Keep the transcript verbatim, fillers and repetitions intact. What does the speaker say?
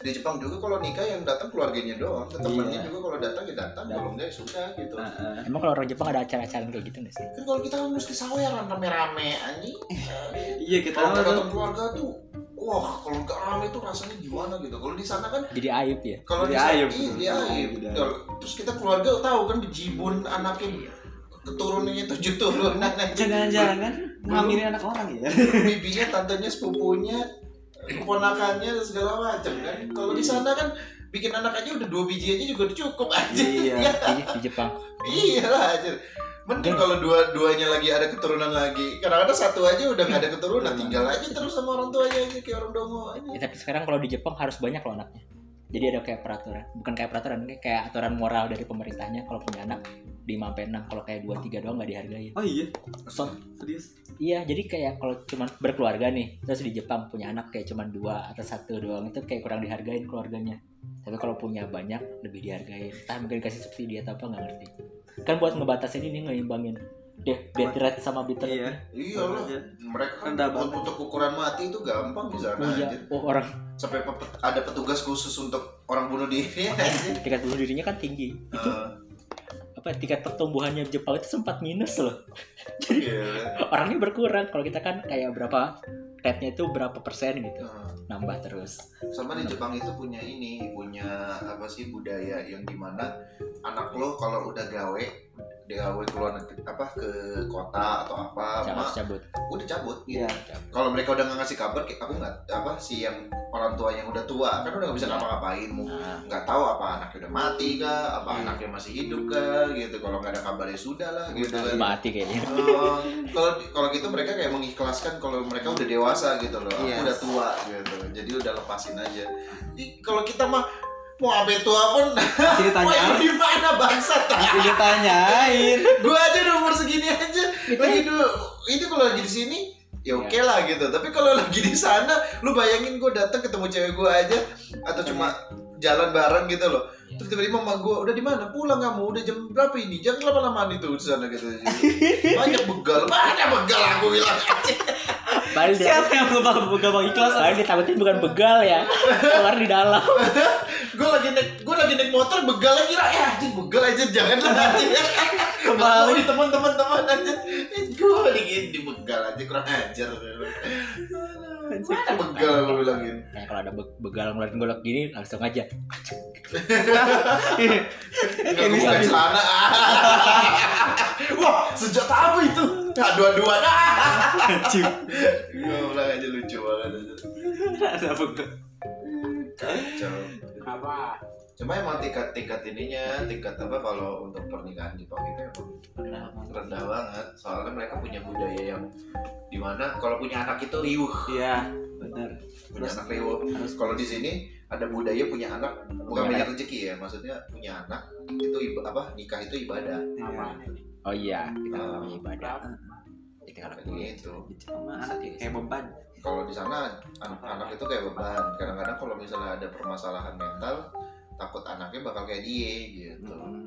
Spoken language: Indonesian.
di Jepang juga kalau nikah yang datang keluarganya doang, temannya Iya. juga kalau datang ya datang, kalau enggak ya sudah gitu. Uh-uh. Emang kalau orang Jepang ada acara-acara kayak gitu nggak sih? Kan kalau kita kan mesti saweran rame-rame anjing. Iya kita Kalau nggak tuh datang keluarga tuh, wah kalau nggak rame tuh rasanya gimana gitu. Kalau di sana kan, Jadi aib ya. kalau di Jadi sana aib. iya dia aib. Jadi aib. Kalau- Terus kita keluarga tahu kan bejibun anaknya keturunannya tujuh turunan anjing. jangan-jangan ngambilin anak orang ya. Bibinya, tantenya, sepupunya, keponakannya segala macam kan. Kalau di sana kan bikin anak aja udah dua biji aja juga udah cukup aja. Iya. Di, di Jepang. Iya lah aja. Mending kalau dua-duanya lagi ada keturunan lagi. Kadang-kadang satu aja udah nggak ada keturunan, tinggal aja terus sama orang tuanya aja kayak orang dongo aja. Ya, tapi sekarang kalau di Jepang harus banyak loh anaknya. Jadi ada kayak peraturan, bukan kayak peraturan, ini kayak aturan moral dari pemerintahnya kalau punya anak lima sampai enam, kalau kayak dua tiga doang nggak dihargai. Oh iya. So, Serius. iya, jadi kayak kalau cuman berkeluarga nih, terus di Jepang punya anak kayak cuman dua atau satu doang, itu kayak kurang dihargain keluarganya. Tapi kalau punya banyak lebih dihargain. Entah mungkin kasih subsidi atau apa nggak ngerti. Kan buat ngebatasin ini, ngeimbangin deh death rate sama birth rate. Iya. Iya lah. Mereka kan Rendah banget. untuk ukuran mati itu gampang di sana Oh iya, aja. oh orang Sampai pe- ada petugas khusus untuk orang bunuh diri aja. tingkat bunuh dirinya kan tinggi. Itu Eh, apa tingkat pertumbuhannya Jepang itu sempat minus loh. iya. Orangnya berkurang. Kalau kita kan kayak berapa rate-nya itu berapa persen gitu. Eh, Nambah terus. Sama di Jepang itu punya ini, punya apa sih budaya yang dimana anak lo kalau udah gawe, dia gawe keluar negeri, apa ke kota atau apa, Cabut mak cabut. udah cabut gitu. Iya. Kalau mereka udah nggak ngasih kabar, kayak aku nggak apa si yang orang tua yang udah tua kan udah nggak bisa ngapa-ngapain, mau Nah, nggak tahu apa anaknya udah mati kah, apa Hmm. anaknya masih hidup kah, gitu. Kalau nggak ada kabar ya sudah lah, gitu kan. mati kayaknya. Oh, kalau kalau gitu mereka kayak mengikhlaskan kalau mereka udah dewasa gitu loh, aku Yes. udah tua gitu, jadi udah lepasin aja. Jadi kalau kita mah mau abe tua pun, Masih mau ditanyain. di mana bangsat? Masih ditanyain. Gua aja udah umur segini aja, lagi dulu itu kalau lagi di sini ya oke lah gitu. Tapi kalau lagi di sana, lu bayangin gue datang ketemu cewek gue aja atau cuma jalan bareng gitu loh. Terus tiba-tiba mama gue udah di mana? Pulang kamu? Udah jam berapa ini? Jangan lama-lamaan itu di sana gitu. Banyak begal, banyak begal aku bilang aja. Padahal dia, Siapa yang bakal bakal ikhlas? padahal ditakutin bukan begal ya. Keluar di dalam. Gue lagi naik, gue lagi naik motor begal lagi kira, eh anjing begal aja jangan lah anjing. Kembali di teman-teman-teman aja. Gue lagi di begal aja kurang ajar. Mana begal gue bilangin. Kayak kalau ada be- begal ngeluarin golok gini langsung aja. Enggak gue buka celana. Wah, senjata apa itu? Nah, dua-dua dah. Cip. Gue bilang aja lucu banget aja. Ada begal. Kacau. Apa? Cuma emang tingkat-tingkat ininya, tingkat apa kalau untuk pernikahan Jepang itu emang rendah banget. Soalnya mereka punya budaya yang dimana kalau punya anak itu riuh. Iya, benar. Punya anak riuh. Terus kalau di sini ada budaya punya anak bukan banyak rezeki ya, maksudnya punya anak itu iba, apa nikah itu ibadah. Oh iya, kita Ah. namanya ibadah. Itu kalau Kayak gitu. Di Jepang mah anak kayak beban. Kalau di sana anak-anak itu kayak beban. Kadang-kadang kalau misalnya ada permasalahan mental, takut anaknya bakal kayak dia gitu. Hmm.